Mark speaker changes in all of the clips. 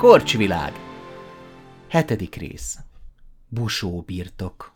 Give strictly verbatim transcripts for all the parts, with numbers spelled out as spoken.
Speaker 1: Korcsvilág. Hetedik rész. Busó birtok.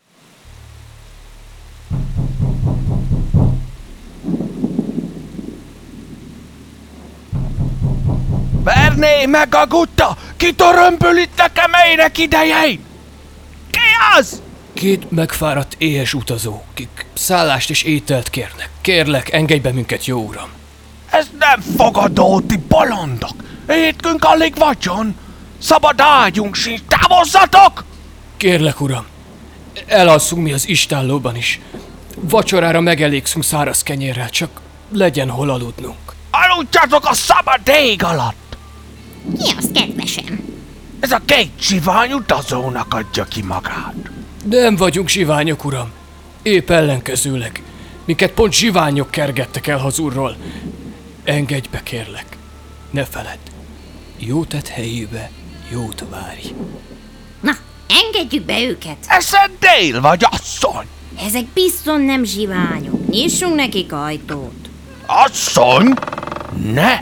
Speaker 2: Verné meg a gutta! Kitörömbül itt nekem éjnek idején! Ki az?
Speaker 3: Két megfáradt éhes utazó, kik szállást és ételt kérnek. Kérlek, engedj be minket, jó uram!
Speaker 2: Ez nem fogadó, ti bolondok! Étkünk alig vagyon! Szabad ágyunk sincs, távozzatok!
Speaker 3: Kérlek, uram, elalszunk mi az istállóban is. Vacsorára megelégszünk száraz kenyérrel, csak legyen hol aludnunk.
Speaker 2: Aludjatok a szabad ég alatt!
Speaker 4: Ki az, kedvesem?
Speaker 2: Ez a két sivány utazónak adja ki magát.
Speaker 3: Nem vagyunk zsiványok, uram. Épp ellenkezőleg. Minket pont zsiványok kergettek el hazúrról. Engedj be, kérlek. Ne feledd. Jó tett helyébe, jót várj.
Speaker 4: Na, engedjük be őket.
Speaker 2: Eszed dél vagy, asszony?
Speaker 4: Ezek bizton nem zsiványok. Nyissunk nekik ajtót.
Speaker 2: Asszony? Ne!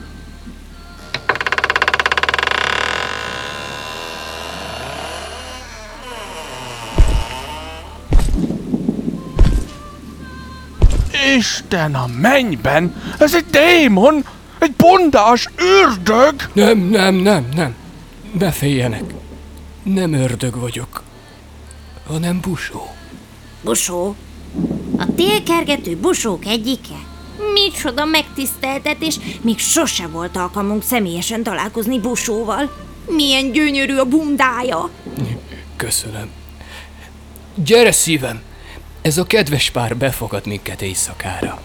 Speaker 2: Isten a mennyben! Ez egy démon! Egy bundás ördög!
Speaker 3: Nem, nem, nem, nem. Ne féljenek. Nem ördög vagyok, hanem busó.
Speaker 4: Busó? A télkergető busók egyike? Micsoda megtiszteltetés, még sose volt alkalmunk személyesen találkozni busóval. Milyen gyönyörű a bundája!
Speaker 3: Köszönöm. Gyere, szívem! Ez a kedves pár befogad minket éjszakára.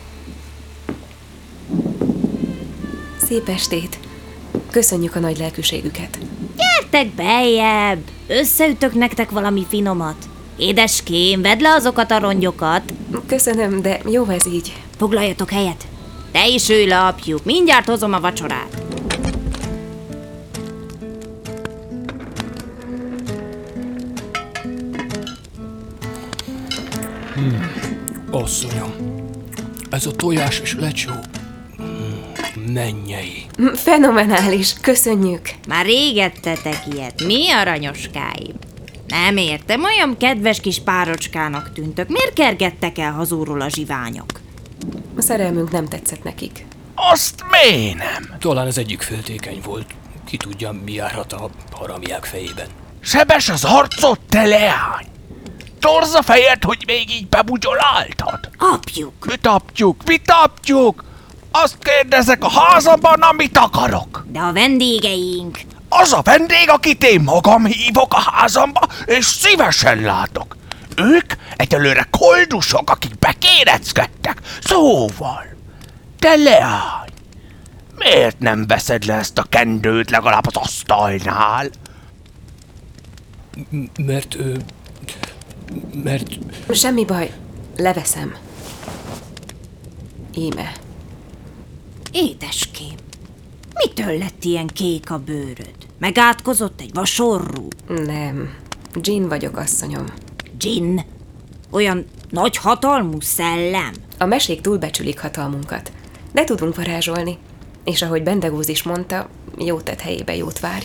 Speaker 5: Szép estét! Köszönjük a nagy lelkűségüket.
Speaker 4: Gyertek beljebb! Összeütök nektek valami finomat. Édeském, vedd le azokat a rongyokat.
Speaker 5: Köszönöm, de jó ez így.
Speaker 4: Foglaljatok helyet. Te is ülj le, apjuk, mindjárt hozom a vacsorát.
Speaker 3: Hmm. Asszonyom, ez a tojás és lecsó hmm. mennyei.
Speaker 5: Fenomenális, köszönjük.
Speaker 4: Már rég ettetek ilyet, mi aranyoskáim? Nem értem, olyan kedves kis párocskának tűntök. Miért kergettek el hazúról a zsiványok?
Speaker 5: A szerelmünk nem tetszett nekik.
Speaker 2: Azt miért nem?
Speaker 3: Talán az egyik féltékeny volt. Ki tudja, mi járhat a haramiák fejében.
Speaker 2: Sebes az arcod, te leány! Torz a fejed, hogy még így bebugyoláltad!
Speaker 4: Apjuk!
Speaker 2: Mit apjuk? Mit apjuk? Azt kérdezek a házamban, amit akarok!
Speaker 4: De a vendégeink!
Speaker 2: Az a vendég, akit én magam hívok a házamba, és szívesen látok. Ők egyelőre koldusok, akik bekéreckedtek. Szóval, te leány, miért nem veszed le ezt a kendőt legalább az asztalnál?
Speaker 3: M- mert... Ö, mert...
Speaker 5: Semmi baj, leveszem. Íme.
Speaker 4: Édeském, mitől lett ilyen kék a bőröd? Megátkozott egy vasorrú?
Speaker 5: Nem, Jean vagyok, asszonyom.
Speaker 4: Jean? Olyan nagy hatalmú szellem?
Speaker 5: A mesék túlbecsülik hatalmunkat, de tudunk varázsolni. És ahogy Bendegúz is mondta, jó tett helyébe jót várj.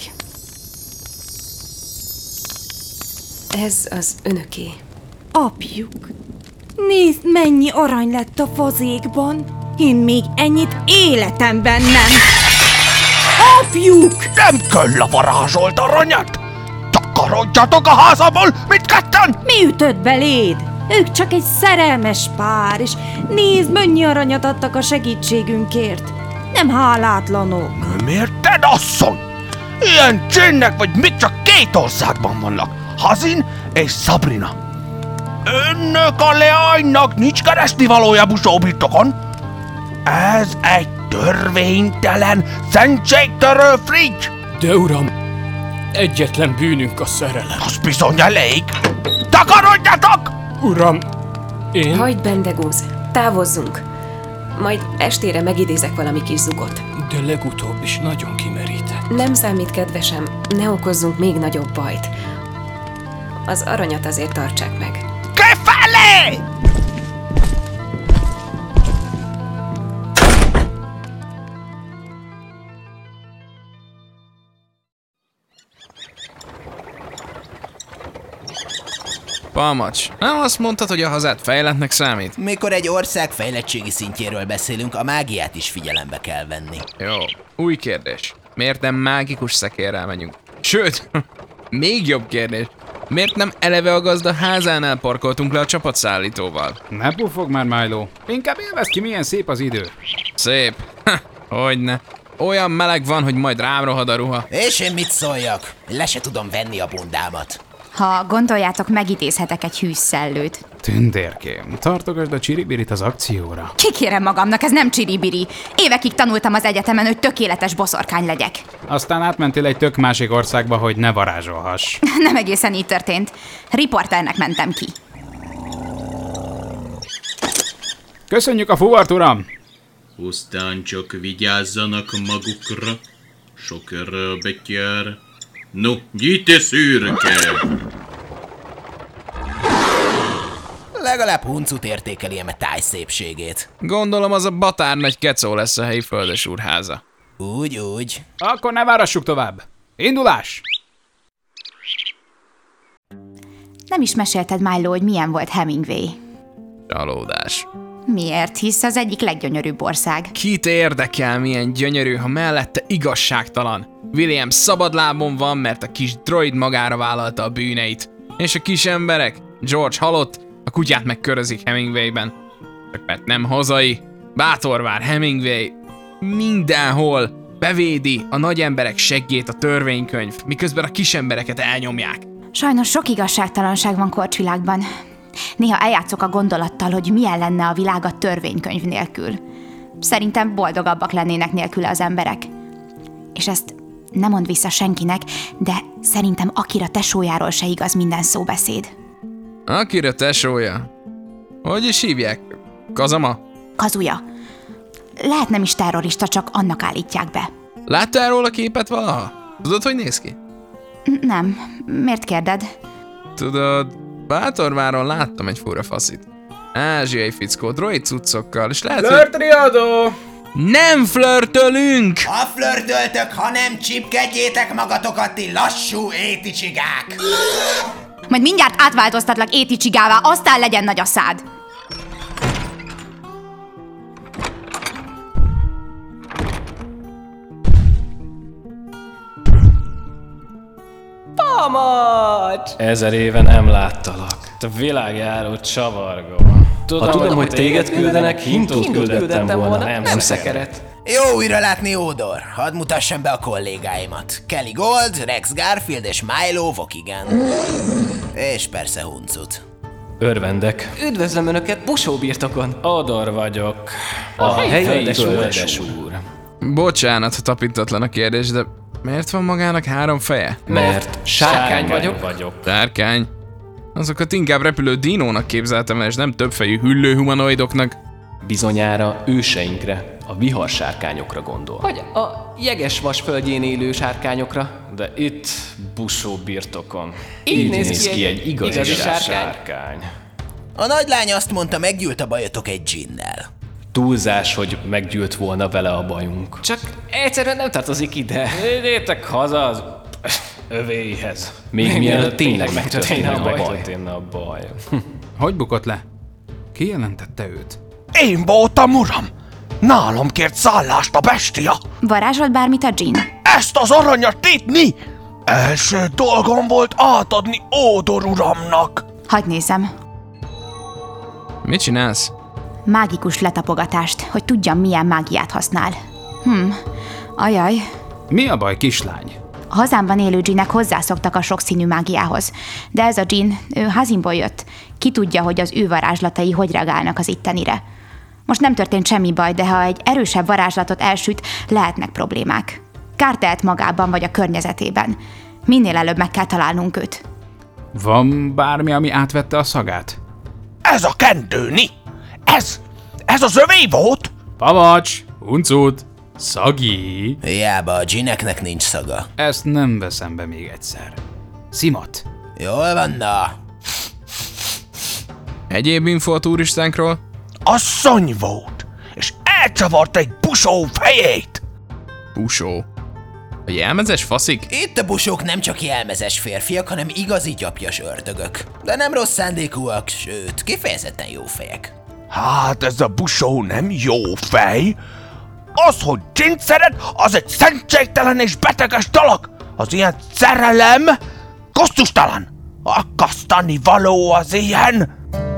Speaker 5: Ez az önöké.
Speaker 4: Apjuk, nézd, mennyi arany lett a fazékban. Én még ennyit életemben nem. Apjuk!
Speaker 2: Nem kell a varázsolt aranyat! Takarodjatok a házamból, mindketten!
Speaker 4: Mi ütött beléd? Ők csak egy szerelmes pár, és nézd, mennyi aranyat adtak a segítségünkért. Nem hálátlanok.
Speaker 2: Nem érted, asszony? Ilyen csinnek vagy mit csak két országban vannak. Hazin és Sabrina. Önök a leánynak nincs keresnivalója busóbirtokon. Ez egy törvénytelen, szentségtörő frigy.
Speaker 3: De uram, egyetlen bűnünk a szerelem.
Speaker 2: Az bizony elég. Takarodjatok!
Speaker 3: Uram, én...
Speaker 5: Hagyd, Bendegúz, távozzunk. Majd estére megidézek valami kis zugot.
Speaker 3: De legutóbb is nagyon kimerített.
Speaker 5: Nem számít, kedvesem, ne okozzunk még nagyobb bajt. Az aranyat azért tartsák meg.
Speaker 2: Kifelé!
Speaker 6: Palmacs, nem azt mondtad, hogy a hazád fejlettnek számít?
Speaker 1: Mikor egy ország fejlettségi szintjéről beszélünk, a mágiát is figyelembe kell venni.
Speaker 6: Jó, új kérdés. Miért nem mágikus szekérrel megyünk? Sőt, még jobb kérdés. Miért nem eleve a gazda házánál parkoltunk le a csapatszállítóval?
Speaker 7: Ne pufog már, Milo. Inkább élvezd ki, milyen szép az idő.
Speaker 6: Szép. Ha, hogyne. Olyan meleg van, hogy majd rám rohad a ruha.
Speaker 1: És én mit szóljak? Le se tudom venni a bundámat.
Speaker 8: Ha gondoljátok, megidézhetek egy hűs szellőt.
Speaker 7: Tündérkém, tartogasd a csiribirit az akcióra.
Speaker 8: Kikérem magamnak, ez nem csiribiri. Évekig tanultam az egyetemen, hogy tökéletes boszorkány legyek.
Speaker 7: Aztán átmentél egy tök másik országba, hogy ne varázsolhass.
Speaker 8: Nem egészen így történt. Riporternek mentem ki.
Speaker 7: Köszönjük a fuvart, uram!
Speaker 9: Pusztán csak vigyázzanak magukra, sok erre a betyár. No, gyíte szürke!
Speaker 1: Legalább huncut értékeli eme táj szépségét.
Speaker 6: Gondolom az a batár nagy kecó lesz a helyi földesúrháza.
Speaker 1: Úgy, úgy.
Speaker 7: Akkor ne várassuk tovább. Indulás!
Speaker 8: Nem is mesélted, Milo, hogy milyen volt Hemingway.
Speaker 6: Csalódás.
Speaker 8: Miért? Hisz az egyik leggyönyörűbb ország.
Speaker 6: Kit érdekel, milyen gyönyörű, ha mellette igazságtalan? William szabadlábon van, mert a kis droid magára vállalta a bűneit. És a kis emberek? George halott, a kutyát megkörözik Hemingwayben. Csak mert nem hazai. Bátorvár Hemingway mindenhol bevédi a nagy emberek seggét a törvénykönyv, miközben a kis embereket elnyomják.
Speaker 8: Sajnos sok igazságtalanság van korcsvilágban. Néha eljátszok a gondolattal, hogy milyen lenne a világ a törvénykönyv nélkül. Szerintem boldogabbak lennének nélküle az emberek. És ezt nem mond vissza senkinek, de szerintem Akira tesójáról se igaz minden szóbeszéd.
Speaker 6: Akira tesója? Hogy is hívják? Kazama?
Speaker 8: Kazuya. Lehet nem is terrorista, csak annak állítják be.
Speaker 6: Láttál róla képet valaha? Tudod, hogy néz ki?
Speaker 8: Nem. Miért kérded?
Speaker 6: Tudod, Bátorváron láttam egy fura faszit. Ázsiai fickó, droid cuccokkal, és lehet, hogy...
Speaker 7: Flörtriadó!
Speaker 6: Nem flörtölünk!
Speaker 1: Ha flörtöltök, ha nem csipkedjétek magatokat, ti lassú éticsigák!
Speaker 8: Majd mindjárt átváltoztatlak éticsigává, aztán legyen nagy a szád.
Speaker 3: Palmacs! Ezer éve nem láttalak. A világjáró csavargó. Tudom, ha tudom, hogy téged küldenek, hintót küldettem volna, nem, nem szekeret.
Speaker 1: Jó újra látni, Ódor. Hadd mutassam be a kollégáimat. Kelly Gold, Rex Garfield és Milo Vokigan. És persze Huncut.
Speaker 3: Örvendek.
Speaker 10: Üdvözlöm Önöket Busó birtokon.
Speaker 3: Odor vagyok. A, a helyi földes úr.
Speaker 6: Bocsánat, ha tapintatlan a kérdés, de miért van magának három feje?
Speaker 3: Mert sárkány vagyok. vagyok.
Speaker 6: Sárkány? Azokat inkább repülő dinónak képzeltem el, és nem többfejű hüllő humanoidoknak.
Speaker 10: Bizonyára őseinkre, a viharsárkányokra gondol. Vagy a jeges-vas földjén élő sárkányokra.
Speaker 3: De itt Busó birtokon.
Speaker 10: Így, Így néz,
Speaker 3: néz
Speaker 10: ki
Speaker 3: ki
Speaker 10: egy,
Speaker 3: egy igazi,
Speaker 10: igazi
Speaker 3: sárkány.
Speaker 10: sárkány.
Speaker 1: A nagylány azt mondta, meggyűlt a bajotok egy dzsinnel.
Speaker 3: Túlzás, hogy meggyűlt volna vele a bajunk.
Speaker 10: Csak egyszerűen nem tartozik ide.
Speaker 3: Védjétek haza az övéihez.
Speaker 10: Még, Még mielőtt tényleg megtörténne a baj.
Speaker 3: Megtörténne a baj.
Speaker 7: Hogy bukott le? Ki jelentette őt?
Speaker 2: Én voltam, uram! Nálam kért szállást a bestia!
Speaker 8: Varázsolt bármit a dzsinn?
Speaker 2: Ezt az aranyat nyitni? Első dolgom volt átadni Ódor uramnak.
Speaker 8: Hadd nézem.
Speaker 6: Mit csinálsz?
Speaker 8: Mágikus letapogatást, hogy tudjam, milyen mágiát használ. Hm, ajaj.
Speaker 7: Mi a baj, kislány?
Speaker 8: A hazámban élő dzsinnek hozzászoktak a sokszínű mágiához. De ez a dzsinn, ő Hazimból jött. Ki tudja, hogy az ő varázslatai hogy reagálnak az ittenire. Most nem történt semmi baj, de ha egy erősebb varázslatot elsüt, lehetnek problémák. Kárt tehet magában vagy a környezetében. Minél előbb meg kell találnunk őt.
Speaker 7: Van bármi, ami átvette a szagát?
Speaker 2: Ez a kendőni! Ez! Ez az övé volt?
Speaker 7: Pamacs! Huncut! Szagi!
Speaker 1: Hiába a dzsineknek nincs szaga.
Speaker 7: Ezt nem veszem be még egyszer. Szimat!
Speaker 1: Jól van, na!
Speaker 6: Egyéb info a turistánkról?
Speaker 2: Asszony volt, és elcsavart egy busó fejét!
Speaker 6: Busó. A jelmezes faszik?
Speaker 1: Itt a busók nem csak jelmezes férfiak, hanem igazi gyapjas ördögök. De nem rossz szándékúak, sőt, kifejezetten jó fejek.
Speaker 2: Hát ez a busó nem jó fej. Az, hogy gint szeret, az egy szentségtelen és beteges dolog. Az ilyen szerelem kosztustalan. Akasztani való az ilyen.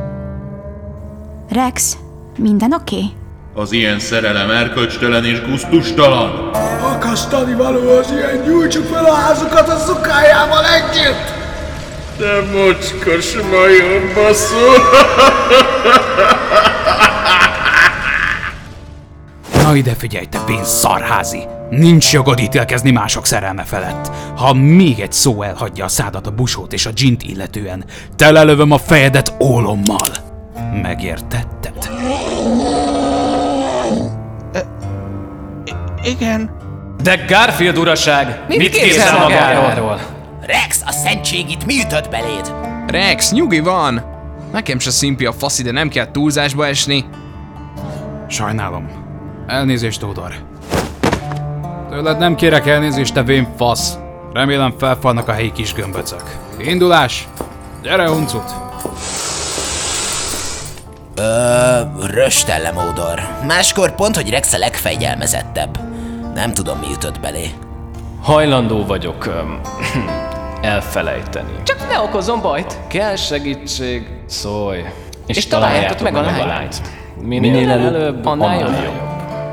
Speaker 8: Rex, minden oké? Okay?
Speaker 9: Az ilyen szerelem erkölcstelen és gusztustalan.
Speaker 3: Akasztani való az ilyen, gyújtsuk fel a házukat a szukájával együtt!
Speaker 9: De mocskos majom, basszú!
Speaker 7: Na ide figyelj, te pénz szarházi! Nincs jogod ítélkezni mások szerelme felett. Ha még egy szó elhagyja a szádat a busót és a gint illetően, telelövöm a fejedet ólommal. Megértetted?
Speaker 2: Igen.
Speaker 10: De Garfield uraság, mit, mit képzel magáról? magáról?
Speaker 1: Rex, a szentség itt mi ütött beléd?
Speaker 6: Rex, nyugi van! Nekem se szimpi a faszi, de nem kell túlzásba esni.
Speaker 7: Sajnálom. Elnézést, Tódor. Tőled nem kérek elnézést, te vén fasz. Remélem felfalnak a helyi kis gömböcök. Indulás! Gyere, huncut!
Speaker 1: Ö, röstellem, Ódor. Máskor pont, hogy Rex a legfegyelmezettebb. Nem tudom, mi ütött belé.
Speaker 10: Hajlandó vagyok öm, elfelejteni. Csak ne okozom bajt. Kell segítség, szólj. És, és találjátok meg a lányt. Minél, Minél előbb, előbb annál jobb. jobb.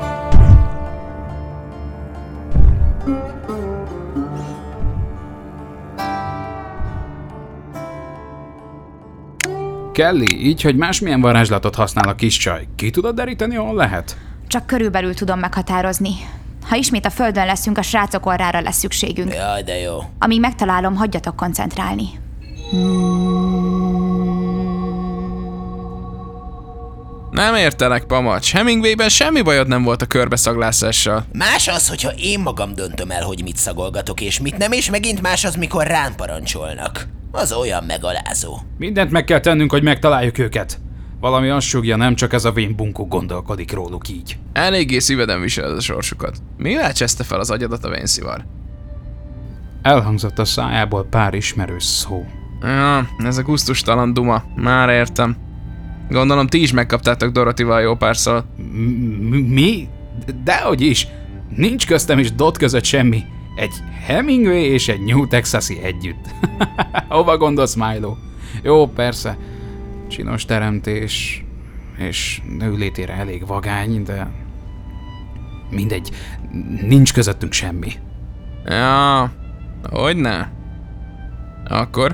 Speaker 7: Kelly, így, hogy másmilyen varázslatot használ a kis csaj, ki tudod deríteni, ahol lehet?
Speaker 8: Csak körülbelül tudom meghatározni. Ha ismét a földön leszünk, a srácok orrára lesz szükségünk.
Speaker 1: Jaj, de jó.
Speaker 8: Amíg megtalálom, hagyjatok koncentrálni.
Speaker 6: Nem értelek, Pamacs. Hemingwayben semmi bajod nem volt a körbeszaglászással.
Speaker 1: Más az, hogyha én magam döntöm el, hogy mit szagolgatok és mit nem, és megint más az, mikor rám parancsolnak. Az olyan megalázó.
Speaker 7: Mindent meg kell tennünk, hogy megtaláljuk őket. Valami azt sugja, nem csak ez a vén bunkó gondolkodik róluk így.
Speaker 6: Eléggé szíveden viseled a sorsukat. Mivel cseszte fel az agyadat a vénszivar?
Speaker 7: Elhangzott a szájából pár ismerős szó.
Speaker 6: Ja, ez a gusztustalan duma. Már értem. Gondolom ti is megkaptátok Dorothyval jó párszor.
Speaker 7: Mi? Dehogy is. Nincs köztem és Dot között semmi. Egy Hemingway és egy New Texasi együtt. Hova gondolsz, Milo? Jó, persze. Csinos teremtés, és nő létére elég vagány, de mindegy, nincs közöttünk semmi.
Speaker 6: Ja, hogyne? Akkor?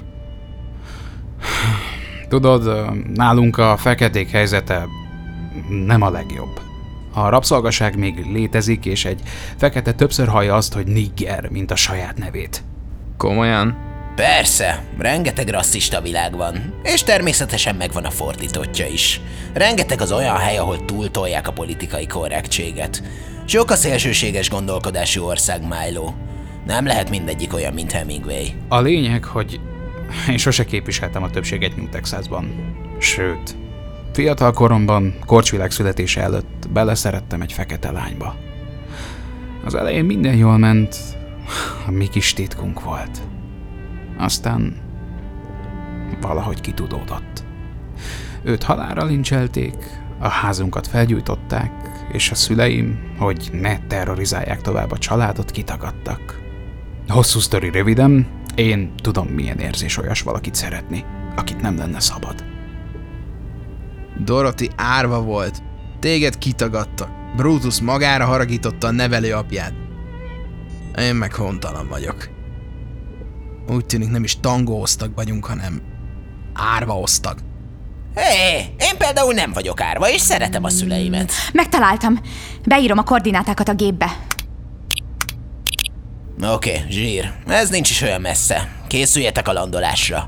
Speaker 7: Tudod, nálunk a feketék helyzete nem a legjobb. A rabszolgaság még létezik, és egy fekete többször hallja azt, hogy nigger, mint a saját nevét.
Speaker 6: Komolyan?
Speaker 1: Persze, rengeteg rasszista világ van. És természetesen megvan a fordítottja is. Rengeteg az olyan hely, ahol túltolják a politikai korrektséget. Sok a szélsőséges gondolkodású ország, Milo. Nem lehet mindegyik olyan, mint Hemingway.
Speaker 7: A lényeg, hogy én sose képviseltem a többséget New Texasban. Sőt, fiatal koromban, korcsvilág születése előtt beleszerettem egy fekete lányba. Az elején minden jól ment, a mi kis titkunk volt. Aztán valahogy kitudódott. Őt halálra lincselték, a házunkat felgyújtották, és a szüleim, hogy ne terrorizálják tovább a családot, kitagadtak. Hosszú sztori röviden, én tudom, milyen érzés olyas valakit szeretni, akit nem lenne szabad.
Speaker 6: Dorothy árva volt. Téged kitagadtak. Brutus magára haragította a nevelőapját. Én meg hontalan vagyok. Úgy tűnik, nem is tangóztak vagyunk, hanem árvaoztak.
Speaker 1: Hé, hey, én például nem vagyok árva, és szeretem a szüleimet.
Speaker 8: Megtaláltam. Beírom a koordinátákat a gépbe.
Speaker 1: Oké, okay, zsír. Ez nincs is olyan messze. Készüljetek a landolásra.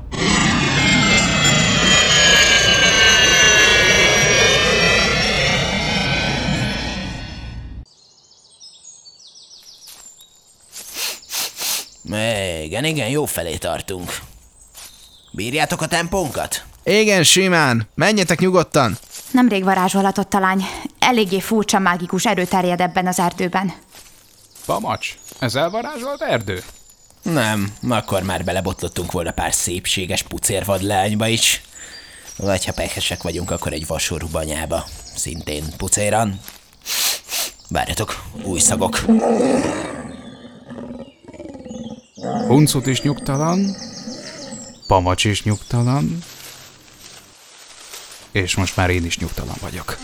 Speaker 1: Igen, igen, jó felé tartunk. Bírjátok a tempónkat?
Speaker 6: Igen, simán. Menjetek nyugodtan.
Speaker 8: Nemrég varázsolhatott a lány. Eléggé furcsa mágikus erő terjed ebben az erdőben.
Speaker 7: Pamacs, Ez elvarázsolt erdő?
Speaker 1: Nem, akkor már belebotlottunk volna pár szépséges pucérvadlányba is. Vagy ha pekesek vagyunk, akkor egy vasorú banyába. Szintén pucéran. Várjatok, új szagok.
Speaker 7: Huncut is nyugtalan, Pamacs is nyugtalan, és most már én is nyugtalan vagyok.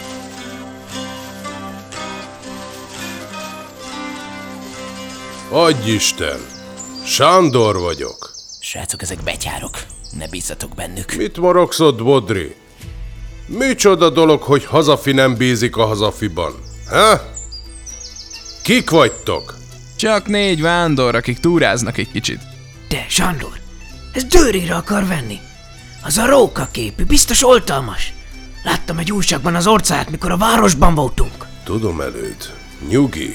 Speaker 11: Adj Isten! Sándor vagyok.
Speaker 1: Srácok, ezek betyárok. Ne bízzatok bennük.
Speaker 11: Mit morogszod, Bodri? Micsoda dolog, hogy hazafi nem bízik a hazafiban? Ha? Kik vagytok?
Speaker 6: Csak négy vándor, akik túráznak egy kicsit.
Speaker 12: De, Sándor, ez Dőrére akar venni. Az a róka képű, biztos oltalmas. Láttam egy újságban az orcáját, mikor a városban voltunk.
Speaker 11: Tudom előd. Nyugi.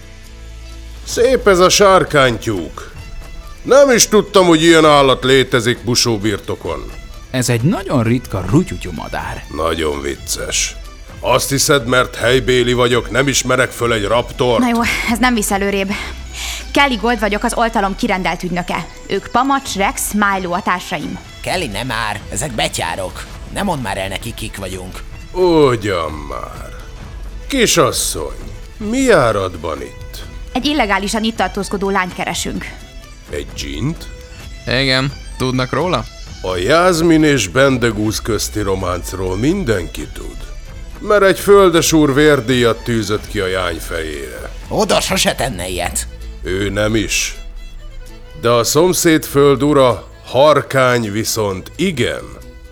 Speaker 11: Szép ez a sárkánytyúk. Nem is tudtam, hogy ilyen állat létezik busóbirtokon.
Speaker 7: Ez egy nagyon ritka rutyutyú madár.
Speaker 11: Nagyon vicces. Azt hiszed, mert helybéli vagyok, nem ismerek föl egy raptort?
Speaker 8: Na jó, ez nem visz előrébb. Kelly Gold vagyok, az oltalom kirendelt ügynöke. Ők Pamacs, Rex, Milo a társaim.
Speaker 1: Kelly, nem már, ezek betyárok. Ne mondd már el neki, kik vagyunk.
Speaker 11: Ugyan már. Kisasszony, mi járatban itt?
Speaker 8: Egy illegálisan itt tartózkodó lányt keresünk.
Speaker 11: Egy dzsint?
Speaker 6: Igen, tudnak róla?
Speaker 11: A Jászmin és Bendegúz közti románcról mindenki tud. Mert egy földesúr vérdíjat tűzött ki a jány fejére.
Speaker 1: Oda sose tenne ilyet.
Speaker 11: Ő nem is. De a szomszéd föld ura, Harkány viszont igen.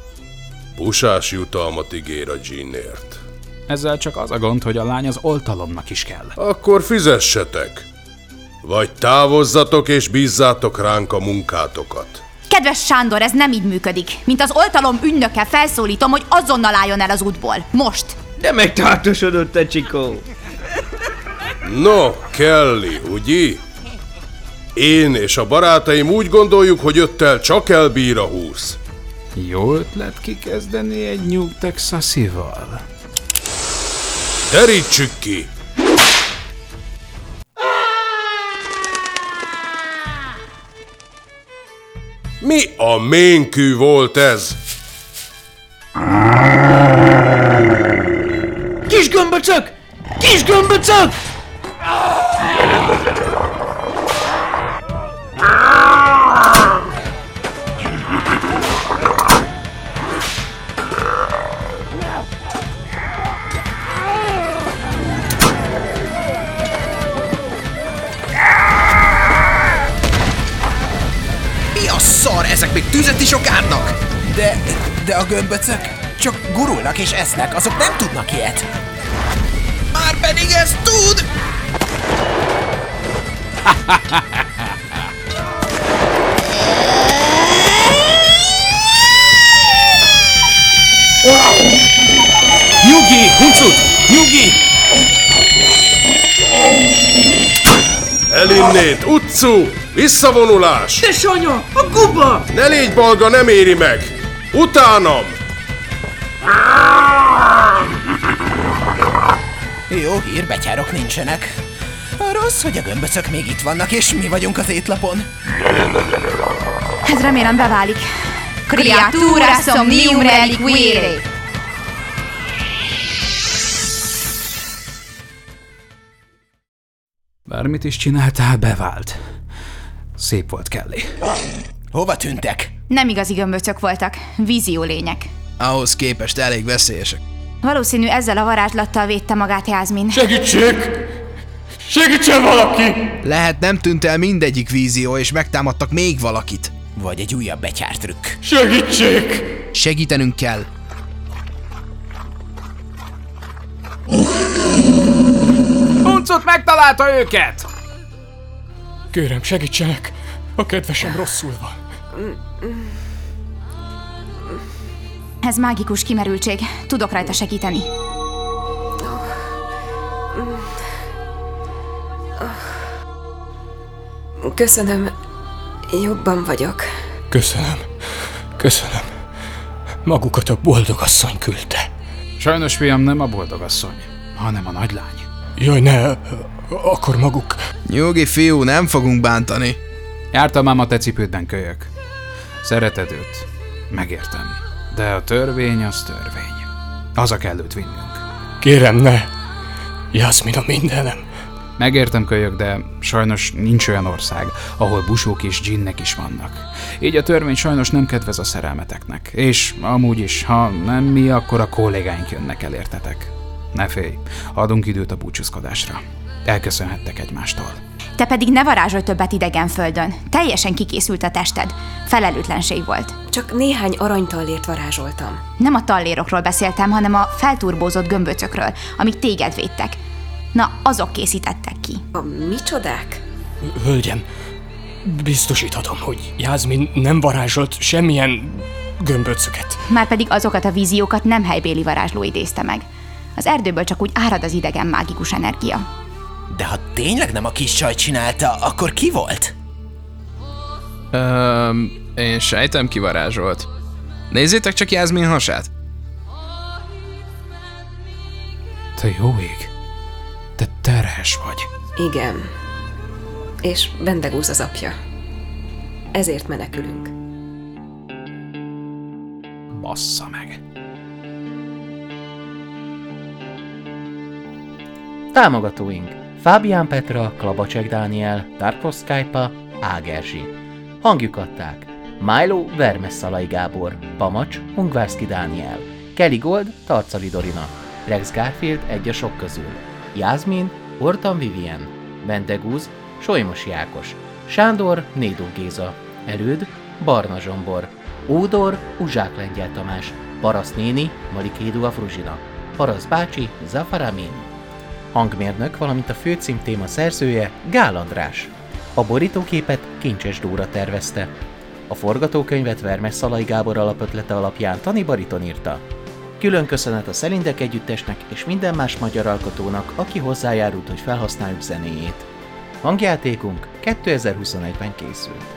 Speaker 11: Busás jutalmat ígér a dzsinnért.
Speaker 7: Ezzel csak az a gond, hogy a lány az oltalomnak is kell.
Speaker 11: Akkor fizessetek. Vagy távozzatok és bízzátok ránk a munkátokat.
Speaker 8: Kedves Sándor, ez nem így működik. Mint az oltalom ügynöke felszólítom, hogy azonnal álljon el az útból. Most!
Speaker 12: De megtartosodott a csikó.
Speaker 11: No, Kelly, ugye? Én és a barátaim úgy gondoljuk, hogy öttel csak elbír a húsz.
Speaker 7: Jó ötlet kikezdeni egy New Texasival.
Speaker 11: Terítsük ki! Mi a ménkű volt ez?
Speaker 12: Kis gömböcök! Kis gömböcök!
Speaker 1: Mi a szar? Ezek még tüzet is okádnak? De, de a gömböcök csak gurulnak és esznek, azok nem tudnak ilyet. Már pedig ezt tud!
Speaker 7: Nyugi! Huncut! Nyugi!
Speaker 11: Elinnét, utcú! Visszavonulás!
Speaker 12: De Sanya, a guba!
Speaker 11: Ne légy balga, nem éri meg! Utánam!
Speaker 1: Jó hír, betyárok nincsenek. A rossz, hogy a gömböcök még itt vannak, és mi vagyunk az étlapon.
Speaker 8: Ez remélem beválik. Creatura somnium reliquire.
Speaker 7: Bármit is csináltál, bevált. Szép volt, Kelly.
Speaker 1: Hova tűntek?
Speaker 8: Nem igazi gömböcök voltak, vízió lények.
Speaker 6: Ahhoz képest elég veszélyesek.
Speaker 8: Valószínű ezzel a varázslattal védte magát Jászmin.
Speaker 3: Segítség! Segítsen valaki!
Speaker 6: Lehet nem tűnt el mindegyik vízió, és megtámadtak még valakit.
Speaker 1: Vagy egy újabb betyártrükk.
Speaker 3: Segítség!
Speaker 6: Segítenünk kell.
Speaker 7: Huncut megtalálta őket!
Speaker 3: Kérem, segítsenek! A kedvesem rosszul van.
Speaker 8: Ez mágikus kimerültség. Tudok rajta segíteni.
Speaker 5: Köszönöm, jobban vagyok.
Speaker 3: Köszönöm. Köszönöm. Magukat a boldogasszony küldte.
Speaker 7: Sajnos, fiam, nem a boldogasszony, hanem a nagylány.
Speaker 3: Jaj, ne! Akkor maguk
Speaker 6: Nyugi, fiú, nem fogunk bántani.
Speaker 7: Jártam ám a te cipődben, kölyök. Szereted őt. Megértem. De a törvény az törvény. Haza kell őt vinnünk.
Speaker 3: Kérem, ne! Jászmin a mindenem.
Speaker 7: Megértem, kölyök, de sajnos nincs olyan ország, ahol busók és dzsinnek is vannak. Így a törvény sajnos nem kedvez a szerelmeteknek. És amúgy is, ha nem mi, akkor a kollégáink jönnek el, értetek. Ne félj, adunk időt a búcsúzkodásra. Elköszönhettek egymástól.
Speaker 8: Te pedig ne varázsolj többet idegen földön. Teljesen kikészült a tested. Felelőtlenség volt.
Speaker 5: Csak néhány aranytallért varázsoltam.
Speaker 8: Nem a tallérokról beszéltem, hanem a felturbózott gömböcökről, amik téged védtek. Na, azok készítettek ki.
Speaker 5: A micsodák?
Speaker 3: Hölgyem, biztosíthatom, hogy Jászmin nem varázsolt semmilyen gömböcöket.
Speaker 8: Márpedig azokat a víziókat nem helybéli varázsló idézte meg. Az erdőből csak úgy árad az idegen mágikus energia.
Speaker 1: De ha tényleg nem a kis csaj csinálta, akkor ki volt?
Speaker 6: Öm, én sejtem, ki varázsolt. Nézzétek csak Jászmin hasát.
Speaker 7: Te jó ég, te terhes vagy.
Speaker 5: Igen. És Bendegúz az apja. Ezért menekülünk.
Speaker 7: Bassza meg.
Speaker 13: Támogatóink: Fábián Petra, Klabacsek Dániel, Darkos Skype, Ágerzsi. Hangjuk adták: Milo, Vermesszalai Gábor, Pamacs, Hungvárszki Dániel, Kelly Gold, Tarcali Dorina, Rex Garfield egy a sok közül, Jászmin, Ortan Vivien, Bendegúz, Solymosi Ákos, Sándor, Nédó Géza, Előd, Barna Zsombor, Ódor, Uzsák Lengyel Tamás, Parasz néni, Malikédu Afruzsina, Parasz bácsi, Zafar Amin. Hangmérnök, valamint a főcím téma szerzője Gál András. A borítóképet Kincses Dóra tervezte. A forgatókönyvet Vermesszalai Gábor alapötlete alapján Tani Bariton írta. Külön köszönet a Szelindek együttesnek és minden más magyar alkotónak, aki hozzájárult, hogy felhasználjuk zenéjét. Hangjátékunk kétezer-huszonegyben készült.